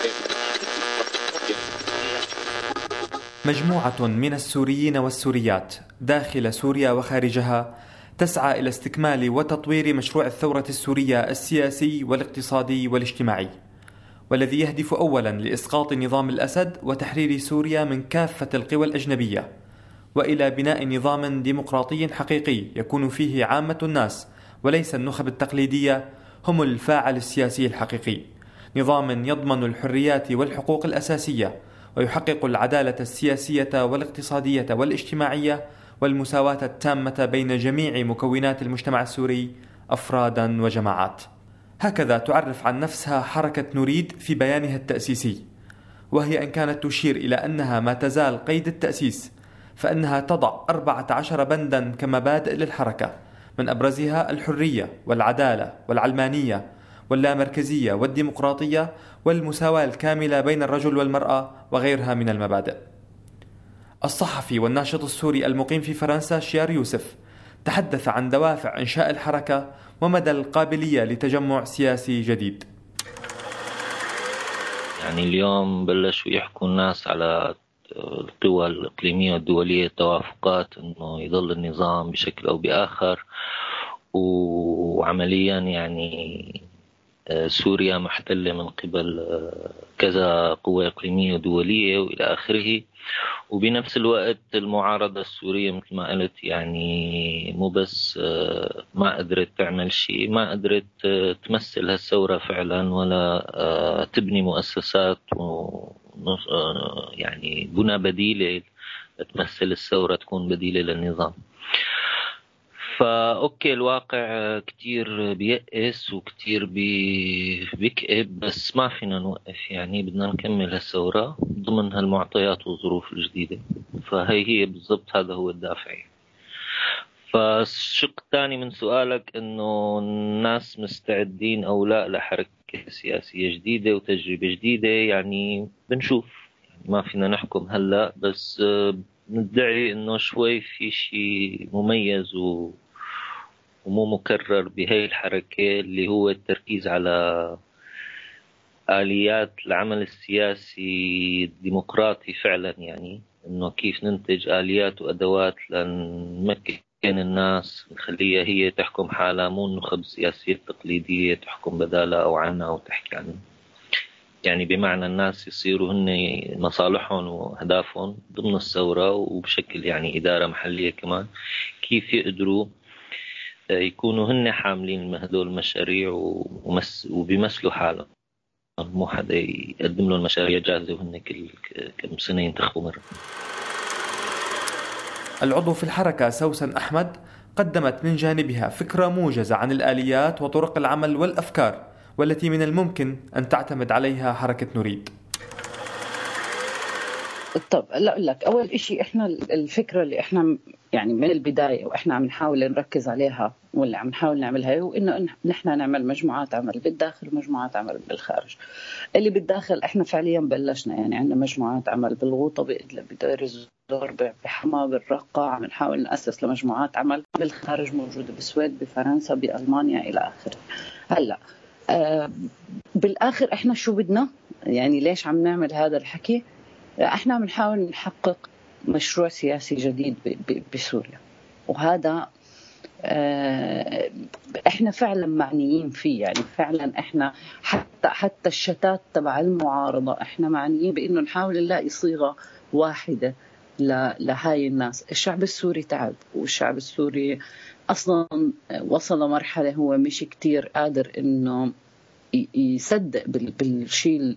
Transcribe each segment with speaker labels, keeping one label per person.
Speaker 1: مجموعة من السوريين والسوريات داخل سوريا وخارجها تسعى إلى استكمال وتطوير مشروع الثورة السورية السياسي والاقتصادي والاجتماعي، والذي يهدف أولا لإسقاط نظام الأسد وتحرير سوريا من كافة القوى الأجنبية، وإلى بناء نظام ديمقراطي حقيقي يكون فيه عامة الناس وليس النخب التقليدية هم الفاعل السياسي الحقيقي، نظام يضمن الحريات والحقوق الأساسية ويحقق العدالة السياسية والاقتصادية والاجتماعية والمساواة التامة بين جميع مكونات المجتمع السوري أفرادا وجماعات. هكذا تعرف عن نفسها حركة نريد في بيانها التأسيسي، وهي إن كانت تشير إلى أنها ما تزال قيد التأسيس، فإنها تضع 14 بندا كمبادئ للحركة، من أبرزها الحرية والعدالة والعلمانية واللامركزية والديمقراطية والمساواة الكاملة بين الرجل والمرأة وغيرها من المبادئ. الصحفي والناشط السوري المقيم في فرنسا شيار يوسف تحدث عن دوافع إنشاء الحركة ومدى القابلية لتجمع سياسي جديد.
Speaker 2: يعني اليوم بلشوا يحكوا الناس على القوى الإقليمية والدولية توافقات أنه يظل النظام بشكل أو بآخر، وعمليا يعني سوريا محتلة من قبل كذا قوى إقليمية ودولية وإلى آخره. وبنفس الوقت المعارضة السورية مثل ما قلت يعني مو بس ما قدرت تعمل شيء، ما قدرت تمثل هالثورة فعلا ولا تبني مؤسسات يعني بنى بديلة تمثل الثورة تكون بديلة للنظام. فأوكي الواقع كتير بيأس وكتير بيكئب، بس ما فينا نوقف، يعني بدنا نكمل هالثورة ضمن هالمعطيات والظروف الجديدة. فهي بالضبط هذا هو الدافع. فالشق الثاني من سؤالك إنه الناس مستعدين أو لا لحركة سياسية جديدة وتجربة جديدة، يعني بنشوف، يعني ما فينا نحكم هلأ، بس ندعي إنه شوي في شيء مميز ومو مكرر بهاي الحركة، اللي هو التركيز على آليات العمل السياسي الديمقراطي فعلا، يعني إنه كيف ننتج آليات وأدوات لنمكن الناس، نخليها هي تحكم حالها، مو النخب السياسية التقليدية تحكم بدالها أو عنها أو تحكي عنها. يعني بمعنى الناس يصيروا هن مصالحهم وأهدافهم ضمن الثورة، وبشكل يعني إدارة محلية كمان، كيف يقدروا يكونوا هن حاملين هدول المشاريع وبيمثلوا حالهم، مو حدا يقدم لهم المشاريع جاهزة وهن كل كم سنة ينتخبوا مرة.
Speaker 1: العضو في الحركة سوسن أحمد قدمت من جانبها فكرة موجزة عن الآليات وطرق العمل والأفكار والتي من الممكن أن تعتمد عليها حركة نريد.
Speaker 3: طب لا أقول لك، أول إشي إحنا الفكرة اللي إحنا يعني من البداية وإحنا عم نحاول نركز عليها واللي عم نحاول نعملها، وإنه نحن نعمل مجموعات عمل بالداخل ومجموعات عمل بالخارج. اللي بالداخل إحنا فعليا بلشنا، يعني عندنا مجموعات عمل بالغوطة، بإدلب، بدير الزور، بحما، بالرقة. عم نحاول نأسس لمجموعات عمل بالخارج موجودة بالسويد، بفرنسا، بألمانيا إلى آخره. هلأ بالآخر إحنا شو بدنا، يعني ليش عم نعمل هذا الحكي؟ احنا بنحاول نحقق مشروع سياسي جديد بسوريا، وهذا احنا فعلا معنيين فيه. يعني فعلا احنا حتى الشتات تبع المعارضة احنا معنيين بانه نحاول نلاقي صيغة واحدة لهاي الناس. الشعب السوري تعب، والشعب السوري اصلا وصل مرحلة هو مش كتير قادر انه يصدق بالشيء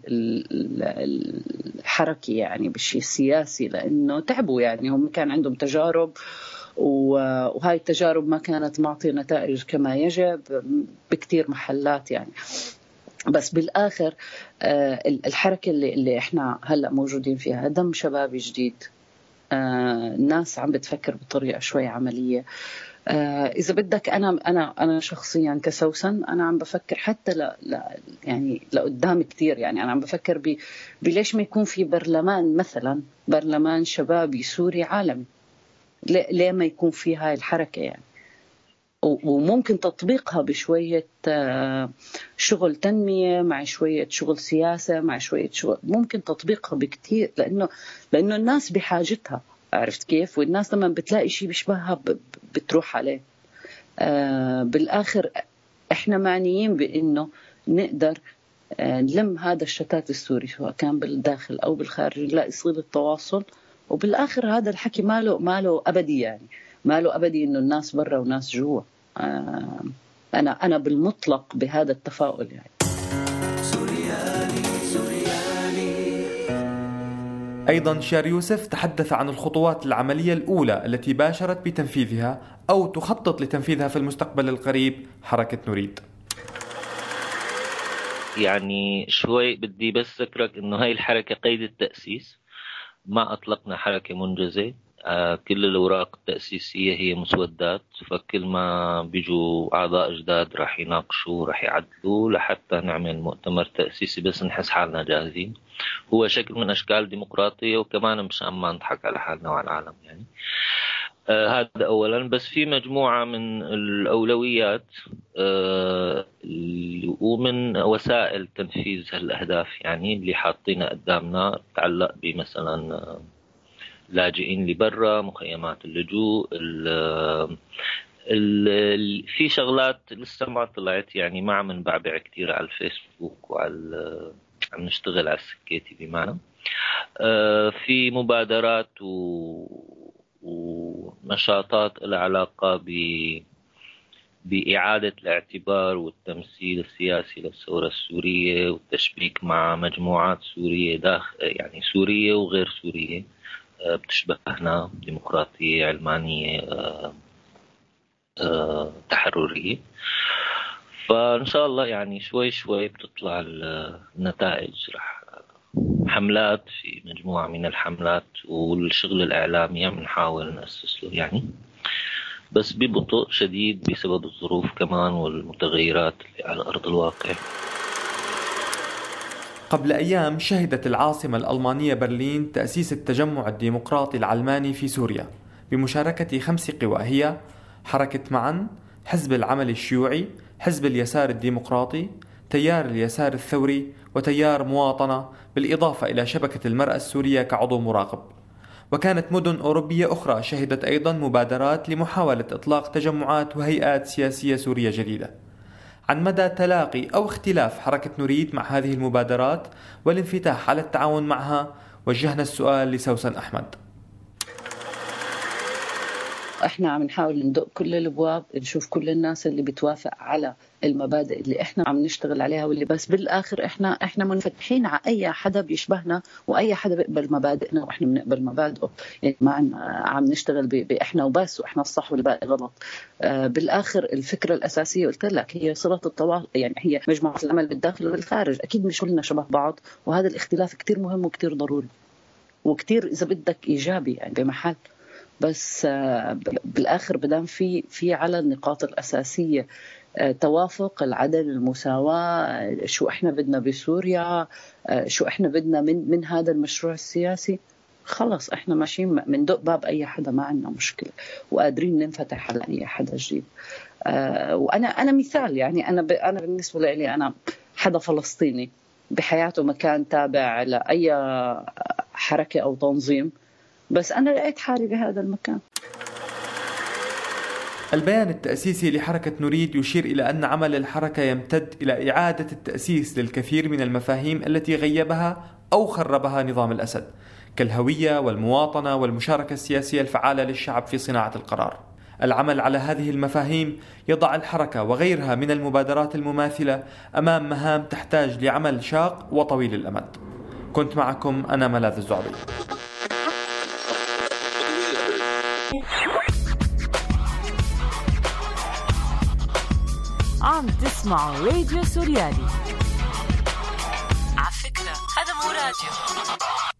Speaker 3: الحركي، يعني بالشيء السياسي، لأنه تعبوا. يعني هم كان عندهم تجارب، وهاي التجارب ما كانت معطية نتائج كما يجب بكتير محلات يعني. بس بالآخر الحركة اللي احنا هلأ موجودين فيها دم شبابي جديد، الناس عم بتفكر بطريقة شوي عملية. إذا بدك أنا شخصيا كسوسن أنا عم بفكر حتى يعني لقدام كتير. يعني أنا عم بفكر بليش ما يكون في برلمان، مثلا برلمان شبابي سوري عالمي، ليه ما يكون في هاي الحركة يعني. وممكن تطبيقها بشوية شغل تنمية مع شوية شغل سياسة مع شوية شغل، ممكن تطبيقها بكتير، لأنه الناس بحاجتها، عرفت كيف؟ والناس لما بتلاقي شيء بيشبهها بتروح عليه. بالآخر إحنا معنيين بأنه نقدر نلم هذا الشتات السوري سواء كان بالداخل أو بالخارج، نلاقي صيغة التواصل. وبالآخر هذا الحكي ماله أبدي، يعني ماله أبدي إنه الناس برا وناس جوا. أنا بالمطلق بهذا التفاؤل يعني.
Speaker 1: أيضا شار يوسف تحدث عن الخطوات العملية الأولى التي باشرت بتنفيذها أو تخطط لتنفيذها في المستقبل القريب حركة نريد.
Speaker 2: يعني شوي بدي بس أذكرك إنه هاي الحركة قيد التأسيس، ما أطلقنا حركة منجزة. كل الأوراق التأسيسية هي مسودات، فكل ما بيجوا أعضاء جداد راح يناقشوا راح يعدلوا لحتى نعمل مؤتمر تأسيسي بس نحس حالنا جاهزين. هو شكل من أشكال الديمقراطية، وكمان مشان ما نضحك على حالنا وعلى العالم يعني. هذا أولا. بس في مجموعة من الأولويات ومن وسائل تنفيذ هالأهداف يعني اللي حاطينها قدامنا، تتعلق بمثلا لاجئين لبرا، مخيمات اللجوء، في شغلات لسه ما طلعت يعني، ما عم نبعبع كتير على الفيسبوك عم نشتغل على السكيتي بمعنى. في مبادرات ونشاطات لها علاقة بإعادة الاعتبار والتمثيل السياسي للثورة السورية والتشبيك مع مجموعات سورية يعني سورية وغير سورية بتشبهنا، ديمقراطية، علمانية، تحررية. فإن شاء الله يعني شوي شوي بتطلع النتائج. رح حملات، في مجموعة من الحملات والشغل الإعلامي عم نحاول نأسس له يعني، بس ببطء شديد بسبب الظروف كمان والمتغيرات اللي على أرض الواقع.
Speaker 1: قبل أيام شهدت العاصمة الألمانية برلين تأسيس التجمع الديمقراطي العلماني في سوريا بمشاركة 5 قوى، هي حركة معا، حزب العمل الشيوعي، حزب اليسار الديمقراطي، تيار اليسار الثوري، وتيار مواطنة، بالإضافة إلى شبكة المرأة السورية كعضو مراقب. وكانت مدن أوروبية أخرى شهدت أيضا مبادرات لمحاولة إطلاق تجمعات وهيئات سياسية سورية جديدة. عن مدى تلاقي أو اختلاف حركة نريد مع هذه المبادرات والانفتاح على التعاون معها، وجهنا السؤال لسوسن أحمد.
Speaker 3: احنا عم نحاول ندق كل الابواب، نشوف كل الناس اللي بتوافق على المبادئ اللي احنا عم نشتغل عليها، واللي بس بالاخر احنا منفتحين على اي حدا بيشبهنا واي حدا بيقبل مبادئنا واحنا بنقبل مبادئه، يعني ما عم نشتغل باحنا وبس واحنا الصح والباقي غلط. بالاخر الفكره الاساسيه قلت لك هي صله التواصل، يعني هي مجموعه العمل بالداخل والخارج. اكيد مش كلنا شبه بعض، وهذا الاختلاف كتير مهم وكتير ضروري وكتير اذا بدك ايجابي يعني بمحل. بس بالآخر بدام في على النقاط الأساسية توافق، العدل، المساواة، شو إحنا بدنا بسوريا، شو إحنا بدنا من هذا المشروع السياسي، خلص إحنا ماشيين من دق باب أي حدا، ما عندنا مشكلة وقادرين ننفتح على أي حدا جديد. وأنا مثال يعني، أنا بالنسبة لي أنا حدا فلسطيني بحياته ما كان تابع لأي حركة أو تنظيم، بس أنا لقيت حالي بهذا المكان.
Speaker 1: البيان التأسيسي لحركة نريد يشير إلى أن عمل الحركة يمتد إلى إعادة التأسيس للكثير من المفاهيم التي غيبها أو خربها نظام الأسد، كالهوية والمواطنة والمشاركة السياسية الفعالة للشعب في صناعة القرار. العمل على هذه المفاهيم يضع الحركة وغيرها من المبادرات المماثلة أمام مهام تحتاج لعمل شاق وطويل الأمد. كنت معكم أنا ملاذ الزعبي.
Speaker 4: عم تسمعوا راديو سوريالي. على فكرة هذا مو راديو.